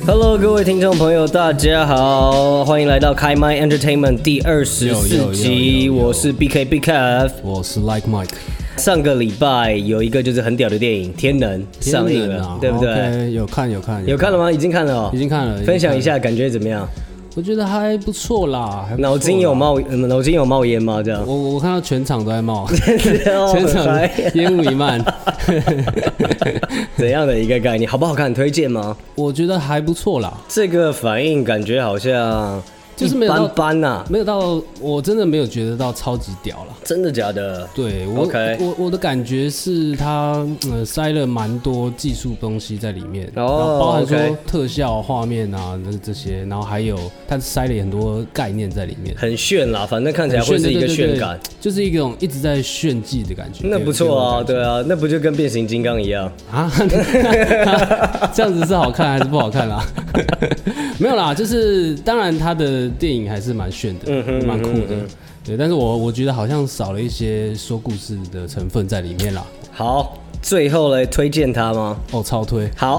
Hello， 各位听众朋友，大家好，欢迎来到开麦 Entertainment 第24集，我是 BK Big Kev， 我是 Like Mike。 上个礼拜有一个就是很屌的电影《天能》上映了，对不对？ Okay, 有看了吗？已经看了哦， 已经看了。 分享一下感觉怎么样？ 我觉得还不错啦。 脑筋有冒烟吗？这样？ 我看到全场都在冒，全场烟雾弥漫。 怎样的一个概念？好不好看？推荐吗？ 我觉得还不错啦。 这个反应感觉好像就是没有到一般般呐， 没有到，我真的没有觉得到超级屌啦。 真的假的？ 对我的感觉是它塞了蛮多技术东西在里面，然后包含说特效画面啊这些，然后还有它塞了很多概念在里面， 很炫啦，反正看起来会是一个炫感， 就是一种一直在炫技的感觉。 那不错啊，对啊，那不就跟变形金刚一样啊？这样子是好看还是不好看啦？没有啦，就是当然它的电影还是蛮炫的，蛮酷的。对，但是我觉得好像少了一些说故事的成分在里面啦。 好，最后来推荐它吗？ 哦，超推。 好，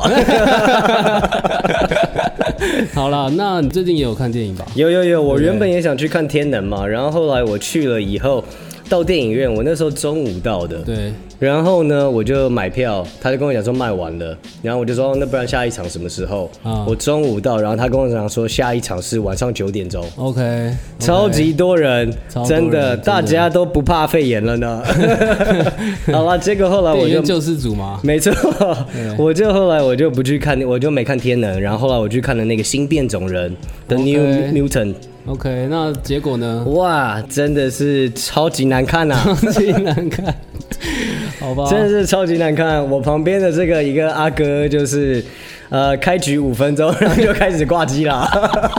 好啦，那你最近也有看电影吧？ 有，我原本也想去看《天能》嘛，然后后来我去了以后，到电影院，我那时候中午到的， 对。 然后呢，我就买票，他就跟我讲说卖完了，然后我就说那不然下一场什么时候？我中午到，然后他跟我讲说下一场是晚上9点钟。 OK， 超级多人，真的，大家都不怕肺炎了呢。好了，结果后来我就救世主嘛， 没错，后来我就不去看，我就没看天能，然后后来我去看了那个新变种人的 New Mutant。OK， 那结果呢？ 哇，真的是超级难看啊！ 超级难看，好吧， 真的是超级难看。我旁边的这个一个阿哥就是，开局5分钟，然后就开始挂机啦。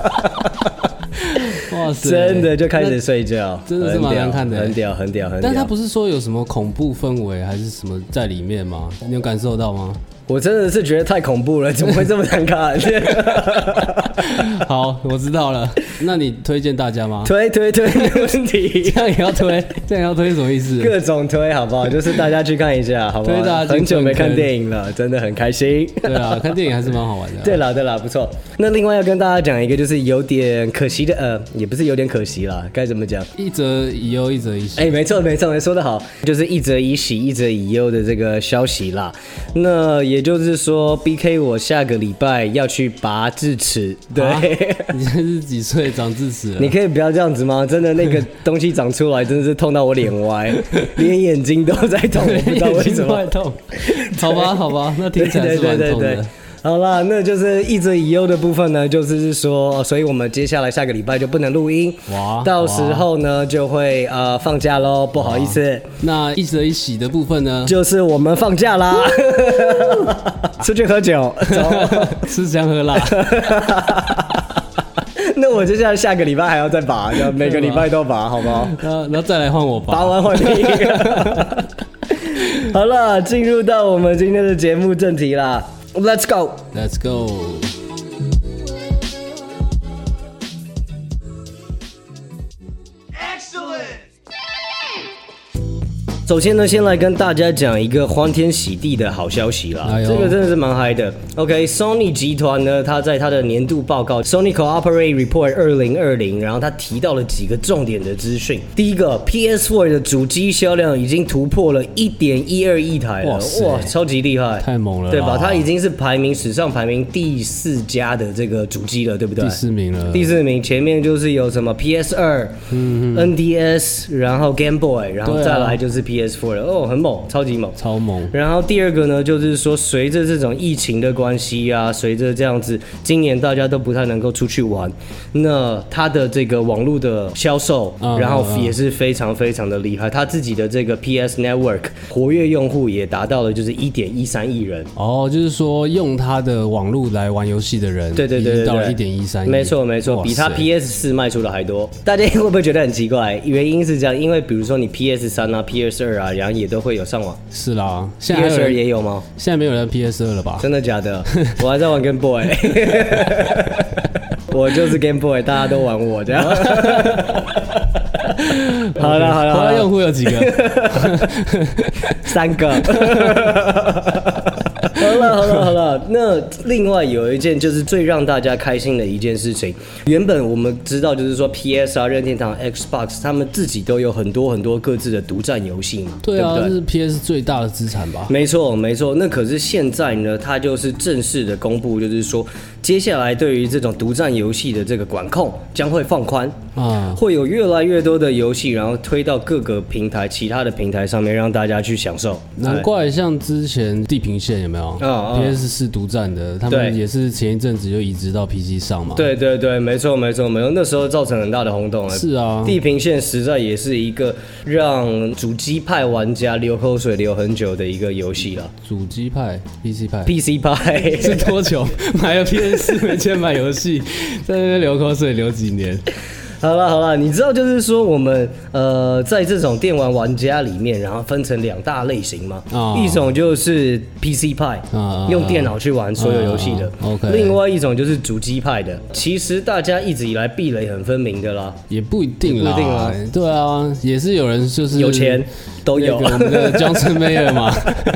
哇塞， 真的就开始睡觉， 真的是蛮难看的， 很屌。 但他不是说有什么恐怖氛围还是什么在里面吗？你有感受到吗？ 我真的是觉得太恐怖了，怎么会这么难看？ 好，我知道了。那你推荐大家吗？ 推，没问题。 这样也要推，什么意思？ 各种推，好不好？就是大家去看一下，好不好？ 推大家很久没看电影了，真的很开心。 对啊，看电影还是蛮好玩的。 对啦，不错。那另外要跟大家讲一个，就是有点可惜的，也不是有点可惜啦，该怎么讲？ 一则以忧，一则以喜。 没错，说得好，就是一则以喜，一则以忧的这个消息啦。那也就是说 ，BK 我下个礼拜要去拔智齿。对， 你现在是几岁长智齿了？ 你可以不要这样子吗？真的那个东西长出来，真的是痛到我脸歪，连眼睛都在痛，我不知道为什么。 痛。好吧，那听起来是蛮痛的。 好啦，那就是一则以忧的部分呢，就是说，所以我们接下来下个礼拜就不能录音，到时候呢就会放假咯，不好意思。 那一则以喜的部分呢， 就是我们放假啦，出去喝酒，走， 吃香喝辣。 那我接下来下个礼拜还要再拔，每个礼拜都拔，好不好？ 然后再来换我拔， 拔完换另一个。好了，进入到我们今天的节目正题啦。Let's go. Let's go. 首先呢，先来跟大家讲一个欢天喜地的好消息啦，这个真的是蛮嗨的。OK，Sony 集团呢，它在它的年度报告 Sony Corporate Report 2020，然后它提到了几个重点的资讯。第一个 ，PS4 的主机销量已经突破了1.12亿台了，哇，超级厉害， 太猛了， 对吧？它已经是史上排名第4家的这个主机了，对不对？ 第4名了， 第4名，前面就是有什么 PS2、NDS， 然后 Game Boy， 然后再来就是 PS4 了，很猛，超级猛， 超猛。 然后第二个呢，就是说随着这种疫情的关系啊，随着这样子，今年大家都不太能够出去玩，那它的这个网络的销售，然后也是非常非常的厉害，它自己的这个 PS Network 活跃用户也达到了就是1.13亿人。 就是说用它的网络来玩游戏的人， 对， 到了1.13亿， 没错，比它 PS4 卖出的还多。大家会不会觉得很奇怪？原因是这样，因为比如说你 PS3 啊、PS2啊，然后也都会有上网。 是啦， 现在PS2也有吗？ 现在没有人 PS2 了吧？ 真的假的？我还在玩 Game Boy， 我就是 Game Boy， 大家都玩我这样。好了， 活跃用户有几个？ 3个。 好了，那另外有一件就是最让大家开心的一件事情，原本我们知道就是说 PS 啊、任天堂、Xbox 他们自己都有很多各自的独占游戏嘛， 对啊， 对不对？ 这是 PS 最大的资产吧？ 没错。那可是现在呢，它就是正式的公布，就是说接下来对于这种独占游戏的这个管控将会放宽啊，会有越来越多的游戏，然后推到各个平台、其他的平台上面，让大家去享受。 难怪像之前地平线有没有？PS4独占的，他们也是前一阵子就移植到 PC 上嘛。 对，没错，那时候造成很大的轰动。 是啊， 地平线实在也是一个让主机派玩家流口水流很久的一个游戏了。 主机派、PC 派是多久？买了 PS4没钱买游戏，在那边流口水流几年？ 好了，你知道就是说我们在这种电玩玩家里面，然后分成2大类型嘛，一种就是 PC 派，用电脑去玩所有游戏的 ，OK， 另外一种就是主机派的。其实大家一直以来壁垒很分明的啦， 也不一定啦，对啊，也是有人就是有钱都有， 我们的 Johnson Mayer 嘛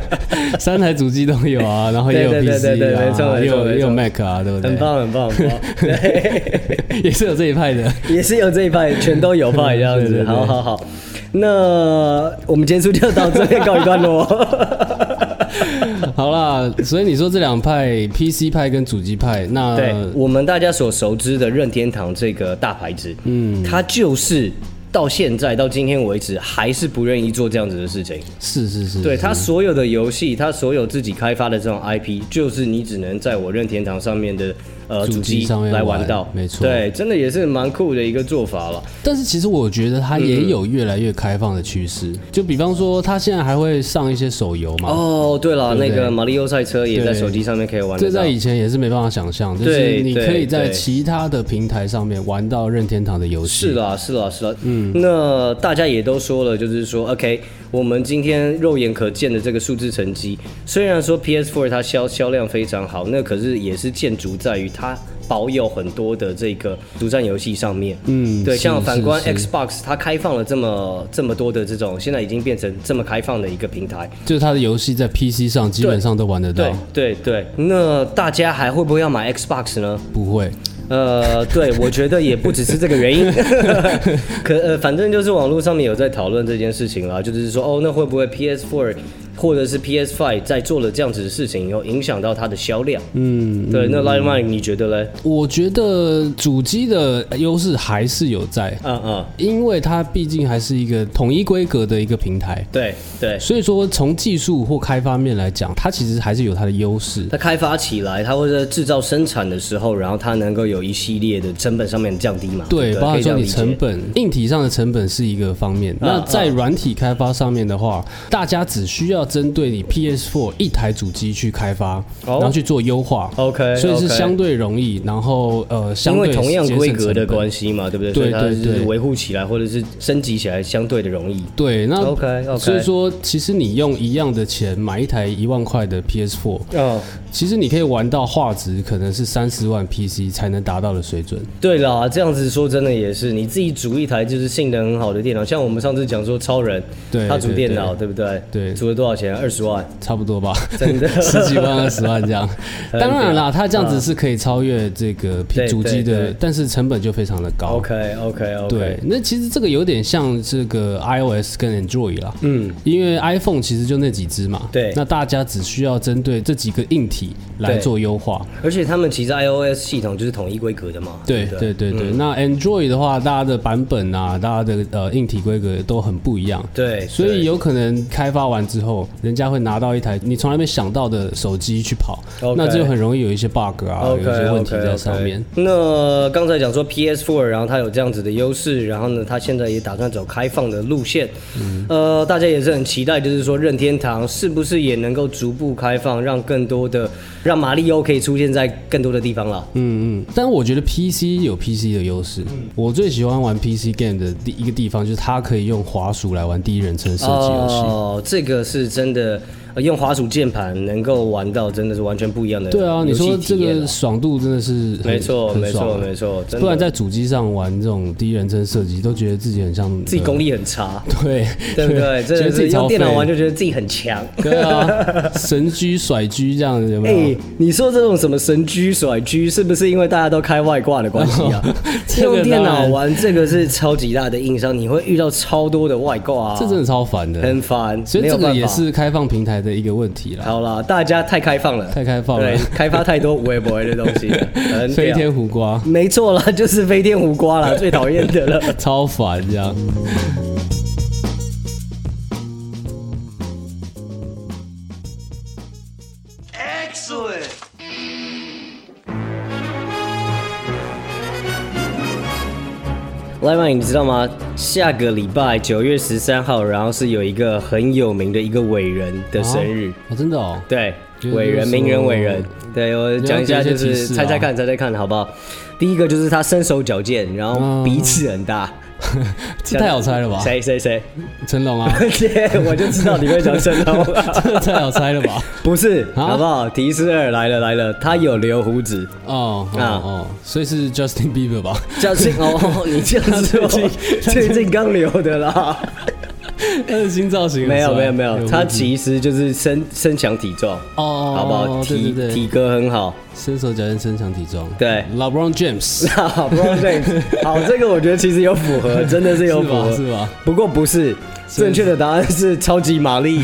，3台主机都有啊，然后也有 PC 啊， 没错， 也有 Mac 啊，对不对？ 很棒，对， 也是有这一派的， 也是有这一派，全都有派这样子。好，那我们今天就到这边告一段落。 好啦，所以你说这2派 PC 派跟主机派，那对我们大家所熟知的任天堂这个大牌子，它就是到现在到今天为止还是不愿意做这样子的事情。 是， 对，他所有的游戏，他所有自己开发的这种 IP， 就是你只能在我任天堂上面的主机上面来玩到， 没错， 对，真的也是蛮酷的一个做法了。 但是其实我觉得它也有越来越开放的趋势，就比方说它现在还会上一些手游嘛。 哦，对了，那个马里奥赛车也在手机上面可以玩得到。 这在以前也是没办法想象，就是你可以在其他的平台上面玩到任天堂的游戏。 是啦，那大家也都说了，就是说 ，OK， 我们今天肉眼可见的这个数字成绩，虽然说 PS4 它销量非常好，那可是也是建筑在于它保有很多的这个独占游戏上面。对，像反观 Xbox， 它开放了这么多的这种，现在已经变成这么开放的一个平台， 就是它的游戏在 PC 上基本上都玩得到。 对，那大家还会不会要买 Xbox 呢？ 不会。 对，我觉得也不只是这个原因，反正就是网络上面有在讨论这件事情啦，就是说，那会不会 PS4 或者是 PS5 在做了这样子的事情以后，影响到它的销量？对，那 Limelight 你觉得嘞？ 我觉得主机的优势还是有在，因为它毕竟还是一个统一规格的一个平台， 对， 所以说从技术或开发面来讲，它其实还是有它的优势。 它开发起来，它会在制造生产的时候，然后它能够有一系列的成本上面的降低嘛？ 对，包括说你成本，硬体上的成本是一个方面，那在软体开发上面的话，大家只需要针对你 PS4 一台主机去开发，然后去做优化。 OK， 所以是相对容易，然后相对因为同样规格的关系嘛，对不对？ 对， 所以它是维护起来或者是升级起来相对的容易。 对，那 OK， 所以说其实你用一样的钱买一台1万块的 PS4，其实你可以玩到画质可能是30万 PC 才能达到的水准。 对啦，这样子说真的也是，你自己组一台就是性能很好的电脑，像我们上次讲说超人，他组电脑对不对？ 对， 组了多少钱？20万， 差不多吧， 真的 10几万、20万这样。当然啦，它这样子是可以超越这个主机的，但是成本就非常的高。 OK。 对，那其实这个有点像这个 iOS 跟 Android 啦，因为 iPhone 其实就那几只嘛， 对， 那大家只需要针对这几个硬体来做优化， 而且他们其实 iOS 系统就是统一规格的嘛。 对。那 Android 的话，大家的版本啊，大家的硬体规格都很不一样。 对， 所以有可能开发完之后，人家会拿到一台你从来没想到的手机去跑，那就很容易有一些 bug 啊，有一些问题在上面。 那刚才讲说 PS4， 然后它有这样子的优势，然后呢，它现在也打算走开放的路线。大家也是很期待，就是说任天堂是不是也能够逐步开放，让马里奥可以出现在更多的地方了。 但我觉得 PC 有 PC 的优势。我最喜欢玩 PC game 的一个地方就是它可以用滑鼠来玩第一人称射击游戏。 这个是真的。 用滑鼠键盘能够玩到真的是完全不一样的。 对啊，你说这个爽度真的是没错，没错，没错。 不然在主机上玩这种第一人称射击，都觉得自己很像自己功力很差。 对， 对不对？真的是用电脑玩就觉得自己很强。 对啊，神狙甩狙这样有没有？ 你说这种什么神狙甩狙，是不是因为大家都开外挂的关系啊？用电脑玩这个是超级大的硬伤，你会遇到超多的外挂啊， 这真的超烦的， 很烦。 所以这个也是开放平台的一个问题啦。 好啦，大家太开放了， 太开放了， 对，开发太多无微不微的东西了， 飞天胡瓜， 没错啦，就是飞天胡瓜啦，最讨厌的了， 超烦这样。 来嘛，你知道吗？下个礼拜9月13号，然后是有一个很有名的一个伟人的生日。 真的哦。 对，伟人、名人、伟人。对，我讲一下，就是猜猜看，好不好？第一个就是他身手矫健，然后鼻子很大。 这太好猜了吧？ 谁？ 成龙啊！ 我就知道你会讲成龙， 这个太好猜了吧？ 不是，好不好？提示2来了，他有留胡子所以是 Justin Bieber 吧 ？Justin 你这样说，最近刚留的啦。 他的新造型没有，他其实就是身强体壮好不好？体格很好， 身手矫健，身强体壮。 对 ，LeBron James， 好，这个我觉得其实有符合，真的是有符合， 是吧？ 不过不是，正确的答案是超级玛丽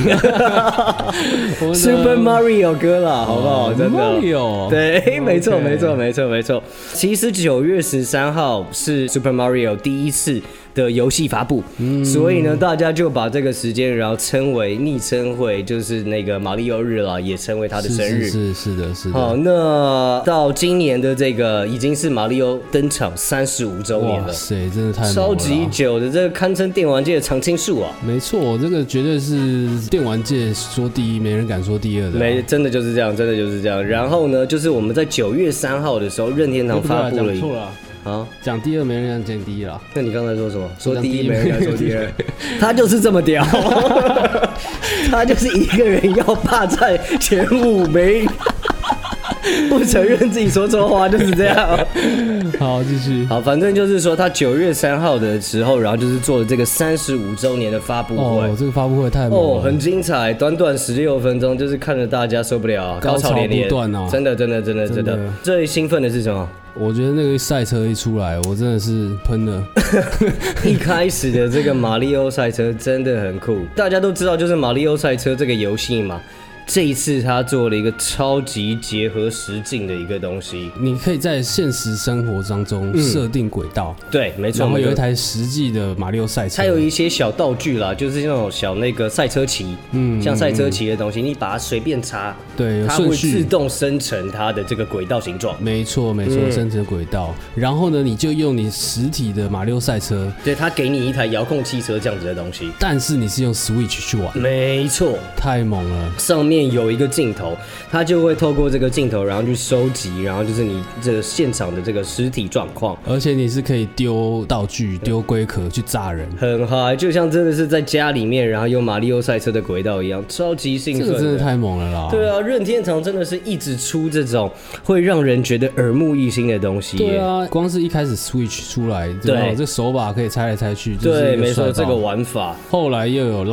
，Super Mario 哥啦，好不好？真的 Mario， 对，没错。其实9月13号是 Super Mario 第一次的游戏发布，所以呢，大家就把这个时间，然后昵称为就是那个马里奥日啦，也称为他的生日。 是的。 好，那到今年的这个已经是马里奥登场35周年了， 哇塞，真的太超级久的，这个堪称电玩界的常青树啊！ 没错，这个绝对是电玩界说第一，没人敢说第二的。 真的就是这样。然后呢，就是我们在9月3号的时候，任天堂发布了一个。 讲第二没人敢讲第一啦。 那你刚才说什么？说第一没人敢说第二，他就是这么屌，他就是一个人要霸占前5名，不承认自己说错话，就是这样。 好，继续。 好，反正就是说他9月3号的时候，然后就是做了这个35周年的发布会。 这个发布会太猛了， 很精彩，短16分钟，就是看着大家受不了， 高潮连连， 真的。最兴奋的是什么？ 我觉得那个赛车一出来，我真的是喷了。 一开始的这个马里奥赛车真的很酷，大家都知道，就是马里奥赛车这个游戏嘛。这一次他做了一个超级结合实境的一个东西， 你可以在现实生活当中设定轨道， 对，没错， 然后有一台实际的马里奥赛车， 它有一些小道具啦，就是那种小那个赛车旗，像赛车旗的东西，你把它随便插， 对， 它会自动生成它的这个轨道形状， 没错，生成轨道，然后呢，你就用你实体的马里奥赛车， 对，它给你一台遥控汽车这样子的东西， 但是你是用 Switch 去玩， 没错， 太猛了， 上面有一个镜头，它就会透过这个镜头，然后去收集，然后就是你这个现场的这个实体状况， 而且你是可以丢道具、丢龟壳去炸人， 很嗨，就像真的是在家里面，然后用马里奥赛车的轨道一样，超级兴奋。 这个真的太猛了啦！ 对啊，任天堂真的是一直出这种会让人觉得耳目一新的东西。 对啊，光是一开始 Switch 出来，对，这手把可以拆来拆去， 对，没错，这个玩法。 后来又有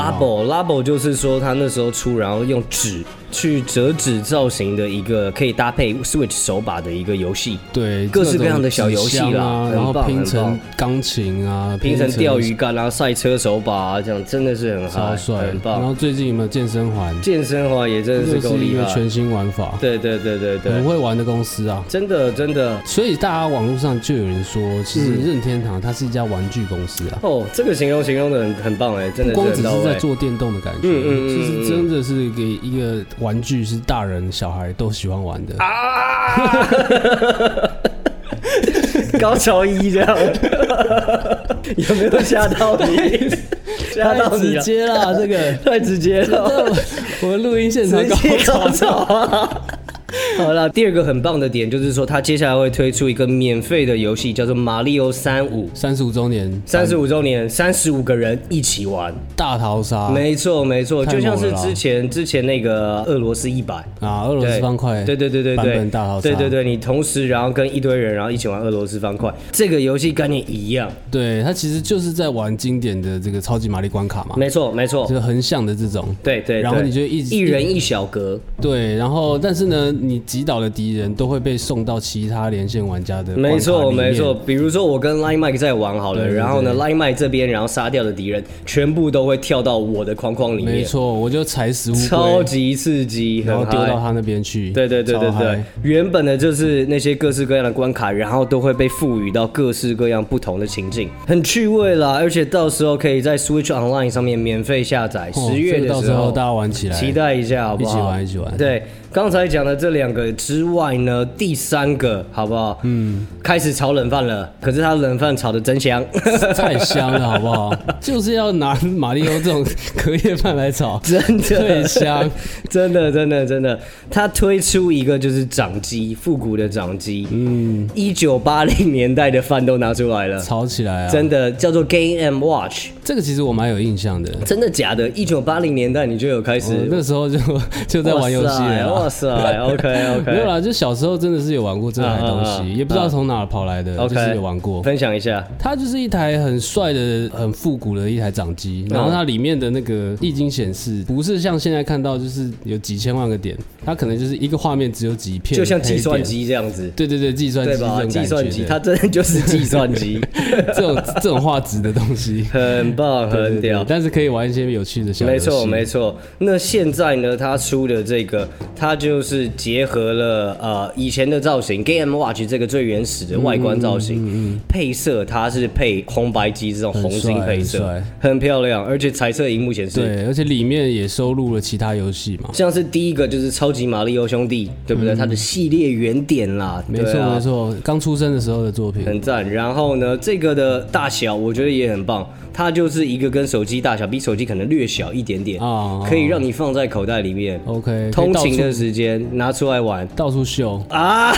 Labo 就是说他那时候出，然后用纸去折纸造型的一个可以搭配 Switch 手把的一个游戏， 对， 各式各样的小游戏啦， 然后拼成钢琴啊， 拼成钓鱼竿啊，赛车手把啊，这样真的是很超帅， 很棒。 然后最近有没有健身环？ 健身环也真的是够厉害， 全新玩法。对，很会玩的公司啊， 真的。 所以大家网络上就有人说，其实任天堂它是一家玩具公司啊。 这个形容的很棒哎，真的不光只是在做电动的感觉，其实真的是给一个玩具是大人小孩都喜欢玩的啊。 高潮一这样，有没有吓到你？吓到你了， 太直接了，这个太直接了。 我们录音现场高潮啊！ 好了，第二个很棒的点就是说，他接下来会推出一个免费的游戏，叫做《马里奥 35周年 ，35周年，35个人一起玩大逃杀。 没错，就像是之前那个俄罗斯100 啊，俄罗斯方块， 对版本大逃杀， 对，你同时然后跟一堆人然后一起玩俄罗斯方块，这个游戏概念一样。 对，它其实就是在玩经典的这个超级玛丽关卡嘛。 没错， 就横向的这种。 对， 然后你就一人一小格。 对，然后但是呢，你击倒的敌人都会被送到其他连线玩家的关卡里面。 没错，比如说我跟 Line Mike 在玩好了， 对， 然后呢 Line Mike 这边然后杀掉的敌人全部都会跳到我的框框里面。 没错，我就踩死乌龟， 超级刺激， 然后丢到他那边去。 对，原本的就是那些各式各样的关卡，然后都会被赋予到各式各样不同的情境，很趣味啦。而且到时候可以在 Switch Online 上面免费下载，10月的时候， 到时候大家玩起来， 期待一下好不好？ 一起玩。 对，刚才讲的这2个之外呢，第3个好不好？开始炒冷饭了，可是他冷饭炒的真香， 太香了好不好？就是要拿马里奥这种隔夜饭来炒， 真的最香， 真的。他推出一个就是掌机，复古的掌机，1980年代的饭都拿出来了， 炒起来啊！ 真的叫做 Game & Watch， 这个其实我蛮有印象的。 真的假的？1980年代你就有开始？ 那时候就在玩游戏了。 哇塞 ，OK， 没有啦，就小时候真的是有玩过这台东西，也不知道从哪跑来的，就是有玩过。 分享一下， 它就是一台很帅的、很复古的一台掌机，然后它里面的那个液晶显示不是像现在看到就是有几千万个点，它可能就是一个画面只有几片， 就像计算机这样子。 对，计算机这种感觉。 计算机，它真的就是计算机， 这种画质的东西， 很棒，很屌。 但是可以玩一些有趣的小游戏。 没错。那现在呢，它出的这个，它就是结合了以前的造型 Game & Watch 这个最原始的外观造型，配色它是配红白机这种红金配色，很漂亮，而且彩色萤幕显示。 对，而且里面也收录了其他游戏嘛， 像是第一个就是超级马里奥兄弟，对不对？它的系列原点啦， 没错，刚出生的时候的作品， 很赞。然后呢，这个的大小我觉得也很棒，它就是一个跟手机大小比手机可能略小一点点可以让你放在口袋里面。 OK， 通勤的时间拿出来玩， 到处秀啊！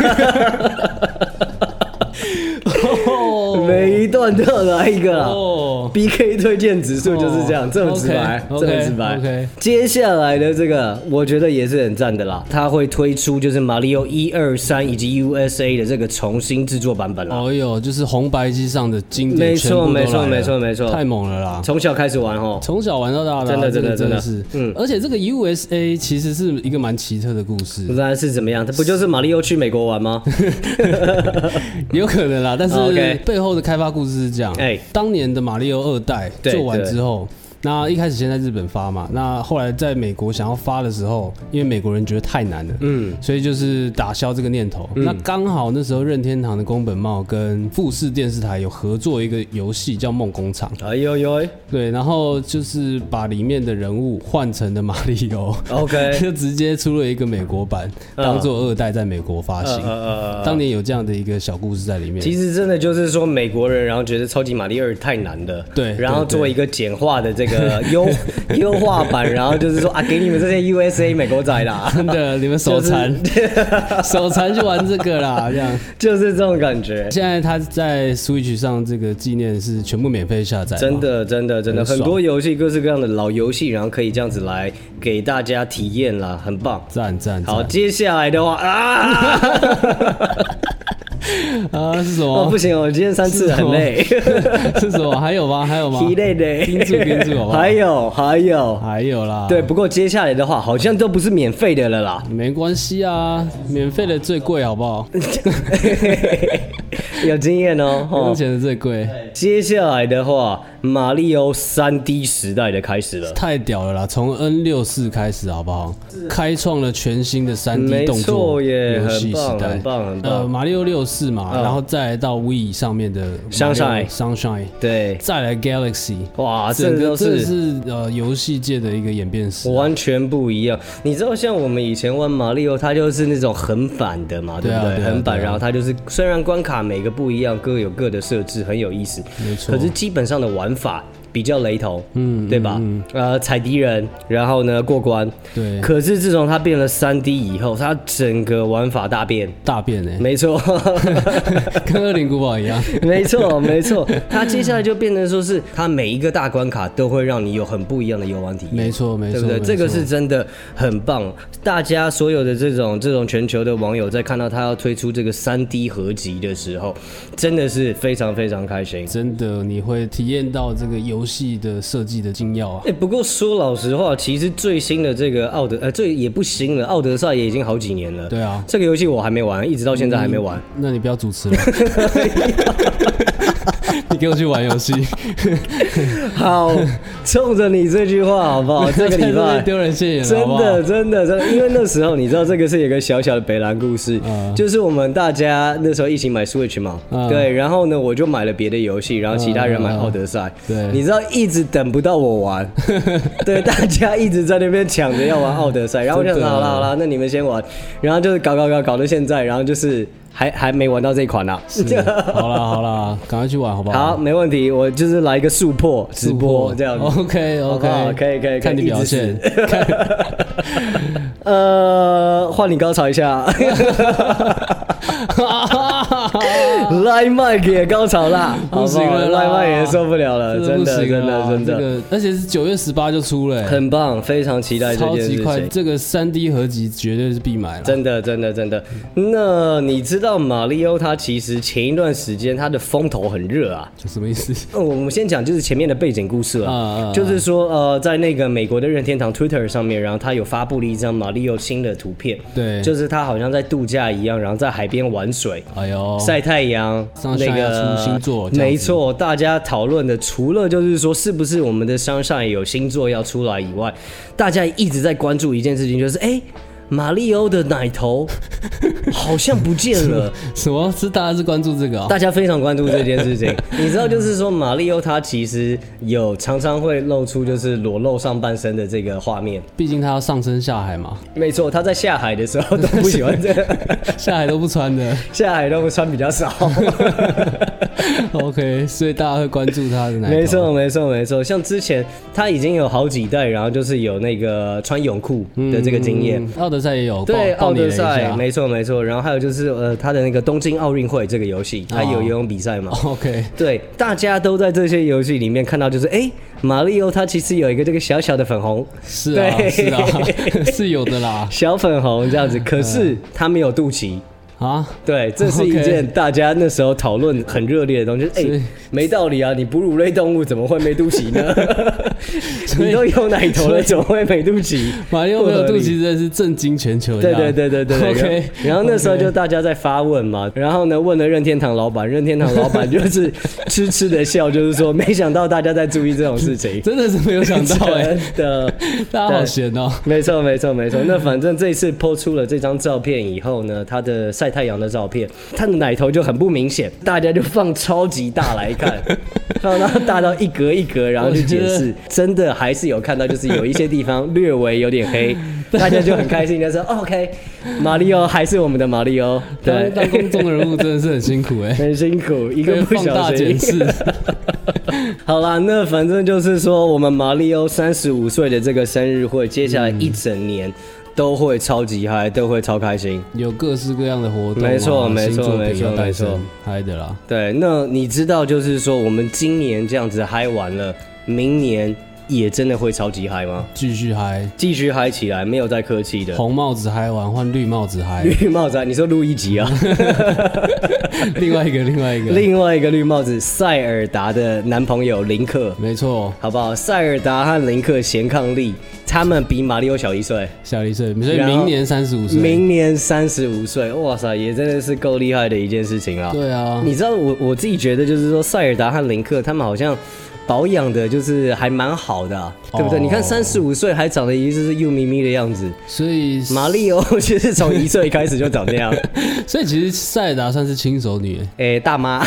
每一段都要来一个啦。BK 推荐指数就是这样，这么直白，这么直白。接下来的这个，我觉得也是很赞的啦。它会推出就是马里奥1、2、3以及 USA 的这个重新制作版本啦。 哦哟，就是红白机上的经典， 没错， 太猛了啦！ 从小开始玩哦， 从小玩到大的，真的是。而且这个 USA 其实是一个蛮奇特的故事。 不知道是怎么样，它不就是马里奥去美国玩吗？ 有可能啦，但是背后的开发故事是这样。当年的马里奥2代做完之后，那一开始先在日本发嘛，那后来在美国想要发的时候，因为美国人觉得太难了，所以就是打消这个念头。那刚好那时候任天堂的宫本茂跟富士电视台有合作一个游戏叫《梦工厂》，对，然后就是把里面的人物换成了马里奥，OK， 就直接出了一个美国版，当做2代在美国发行。当年有这样的一个小故事在里面。 其实真的就是说美国人然后觉得超级马里奥太难了， 对， 然后做一个简化的这个优化版，然后就是说给你们这些 USA 美国仔啦， 真的，你们手残，手残就玩这个啦，这样就是这种感觉。 现在他在 Switch 上这个纪念是全部免费下载， 真的，很多游戏各式各样的老游戏，然后可以这样子来给大家体验啦，很棒， 赞。 好，接下来的话是什么？不行，我今天3次很累。 是什么？还有吗？ 疲累的， 盯住好不好？ 还有啦。对，不过接下来的话好像都不是免费的了啦。 没关系啊，免费的最贵，好不好？ 有经验哦， 用钱的最贵。 接下来的话，马里奥3D 时代的开始了， 太屌了啦！从 N64 开始，好不好？开创了全新的3D 动作游戏时代， 很棒。 马里奥64嘛，然后再来到 Wii 上面的 Sunshine， 对， 再来 Galaxy， 哇， 整个这是游戏界的一个演变史， 完全不一样。你知道，像我们以前玩马里奥，它就是那种横版的嘛，对不对？横版，然后它就是虽然关卡每个不一样，各有各的设置，很有意思。 没错。 可是基本上的玩法比较雷同，对吧？踩敌人，然后呢过关。 对。 可是自从它变了3D 以后，它整个玩法大变没错， 跟恶灵古堡一样， 没错。它接下来就变成说是它每一个大关卡都会让你有很不一样的游玩体验， 没错， 对不对？这个是真的很棒。大家所有的这种全球的网友在看到它要推出这个3D 合集的时候，真的是非常非常开心。 真的，你会体验到这个游戏的设计的精要啊。 不过说老实话，其实最新的这个这也不新了，奥德赛也已经好几年了。 对啊， 这个游戏我还没玩，一直到现在还没玩。 那你不要主持了。你给我去玩游戏。 好，冲着你这句话好不好？这个礼拜丢人现眼了， 真的，因为那时候你知道这个是有一个小小的北兰故事，就是我们大家那时候一起买 Switch 嘛，对，然后呢我就买了别的游戏，然后其他人买奥德赛， 对， 你知道一直等不到我玩，对，大家一直在那边抢着要玩奥德赛，然后我就想好了，那你们先玩，然后就是搞到现在，然后就是还没玩到这一款啊。 好啦，赶快去玩好不好？ 好，没问题，我就是来一个速破直播这样子。 OK， 可以， 看你表现。 换你高潮一下。赖麦也高潮啦， 不行了， 赖麦也受不了了，真的。 这个而且是9月18就出了， 很棒，非常期待这件事情。超级快， 这个3D 合集绝对是必买了， 真的。那你知道马里奥他其实前一段时间他的风头很热啊？ 什么意思？ 我们先讲就是前面的背景故事啊，就是说在那个美国的任天堂 Twitter 上面，然后他有发布了一张马里奥新的图片， 对， 就是他好像在度假一样，然后在海边玩水，晒太阳， 那个出星座， 没错，大家讨论的除了就是说是不是我们的Sunshine有星座要出来以外，大家一直在关注一件事情，就是马里奥的奶头好像不见了。 什么是大家是关注这个？ 大家非常关注这件事情。你知道，就是说马里奥他其实有常常会露出就是裸露上半身的这个画面。 毕竟他要上身下海嘛。 没错，他在下海的时候都不喜欢这个， 下海都不穿的， 下海都穿比较少。 OK， 所以大家会关注他的奶头。没错。像之前他已经有好几代，然后就是有那个穿泳裤的这个经验。 奥德赛也有， 对，奥德赛，没错。然后还有就是他的那个东京奥运会这个游戏，他有游泳比赛嘛 ？OK， 对，大家都在这些游戏里面看到，就是马里奥他其实有一个这个小小的粉红， 是啊，是有的啦， 小粉红这样子，可是他没有肚脐。对，这是一件大家那时候讨论很热烈的东西。没道理啊，你哺乳类动物怎么会没肚脐呢？你都有奶头了，怎么会没肚脐？ 马里奥没有肚脐真的是震惊全球。 对。 OK， 然后那时候就大家在发问嘛，然后呢问了任天堂老板，任天堂老板就是痴的笑，就是说没想到大家在注意这种事情， 真的是没有想到真的， 大家好闲哦。 没错。那反正这一次po出了这张照片以后呢，他的晒太阳的照片，他的奶头就很不明显，大家就放超级大来看，放到大到一格一格，然后去解释，真的还是有看到，就是有一些地方略微有点黑，大家就很开心的说 OK， 马里奥还是我们的马里奥。对， 当公众人物真的是很辛苦很辛苦，一个不小心放大检视。 好啦，那反正就是说，我们马里奥35岁的这个生日会，接下来一整年都会超级嗨，都会超开心， 有各式各样的活动。 没错， 嗨的啦。 对，那你知道，就是说我们今年这样子嗨完了，明年也真的会超级嗨吗？ 继续嗨起来，没有再客气的。 红帽子嗨完换绿帽子嗨， 绿帽子嗨，你说录一集啊？ 另外一个绿帽子，塞尔达的男朋友林克， 没错， 好不好？塞尔达和林克贤伉俪，他们比马里奥小1岁， 所以明年 35岁，哇塞，也真的是够厉害的一件事情啦。 对啊， 你知道我自己觉得，就是说塞尔达和林克他们好像保养的就是还蛮好的，对不对？你看35岁还长得一直是幼咪咪的样子， 所以马里奥就是从1岁开始就长这样， 所以其实塞尔达算是轻熟女， 大妈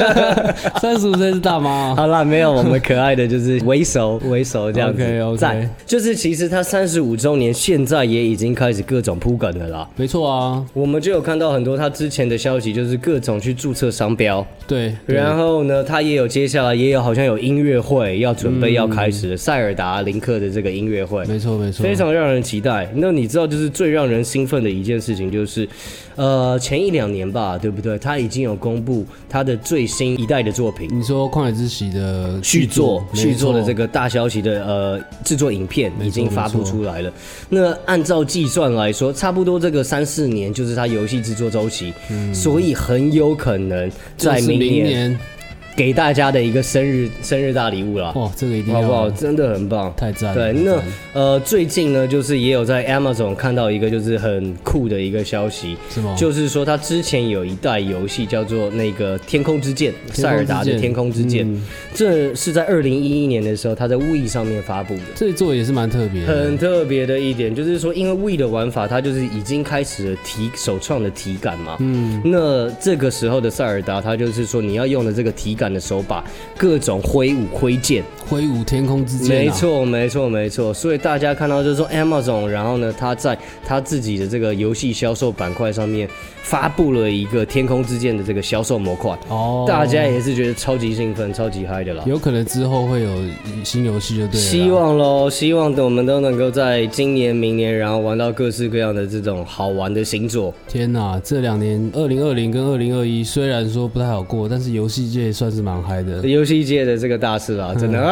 ，35岁是大妈。 好啦，没有，我们可爱的就是为首这样子。 OK， 就是其实他35周年现在也已经开始各种铺梗了啦。 没错啊， 我们就有看到很多他之前的消息，就是各种去注册商标， 对， 然后呢，他也有接下来也有好像有音乐乐会要准备要开始了，塞尔达林克的这个音乐会， 没错没错， 非常让人期待。那你知道就是最让人兴奋的一件事情就是，前1-2年吧，对不对？他已经有公布他的最新一代的作品。 你说《旷野之息》的续作的这个大消息的制作影片已经发布出来了。那按照计算来说，差不多这个3-4年就是他游戏制作周期，所以很有可能在明年给大家的一个生日大礼物啦。 哇，这个一定要， 好不好？真的很棒， 太赞了。 对，那最近呢，就是也有在 Amazon 看到一个就是很酷的一个消息， 是吗？ 就是说他之前有一代游戏叫做那个《天空之剑》，塞尔达的《天空之剑》，这是在2011年的时候他在 Wii 上面发布的。 这一作也是蛮特别的， 很特别的一点就是说，因为 Wii 的玩法它就是已经开始了首创的体感嘛，那这个时候的塞尔达，它就是说你要用的这个体感的手把，各种挥剑， 挥舞天空之剑、 啊，没错。所以大家看到就是说 Amazon， 然后呢，他在他自己的这个游戏销售板块上面发布了一个天空之剑的这个销售模块，大家也是觉得超级兴奋、超级嗨的啦。 有可能之后会有新游戏就对了。 希望咯，希望我们都能够在今年、明年，然后玩到各式各样的这种好玩的新作。 天哪，这2年2020跟2021虽然说不太好过，但是游戏界算是蛮嗨的。 游戏界的这个大事啊，真的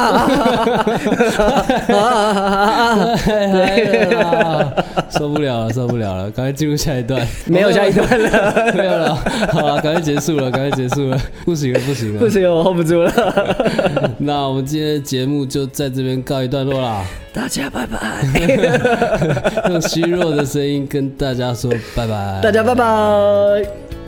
受不了了，赶快进入下一段。 没有下一段了， 没有了，好了，赶快结束了，不行了， 我 hold 不住了。 那我们今天的节目就在这边告一段落啦， 大家拜拜。 用虚弱的声音跟大家说拜拜， 大家拜拜。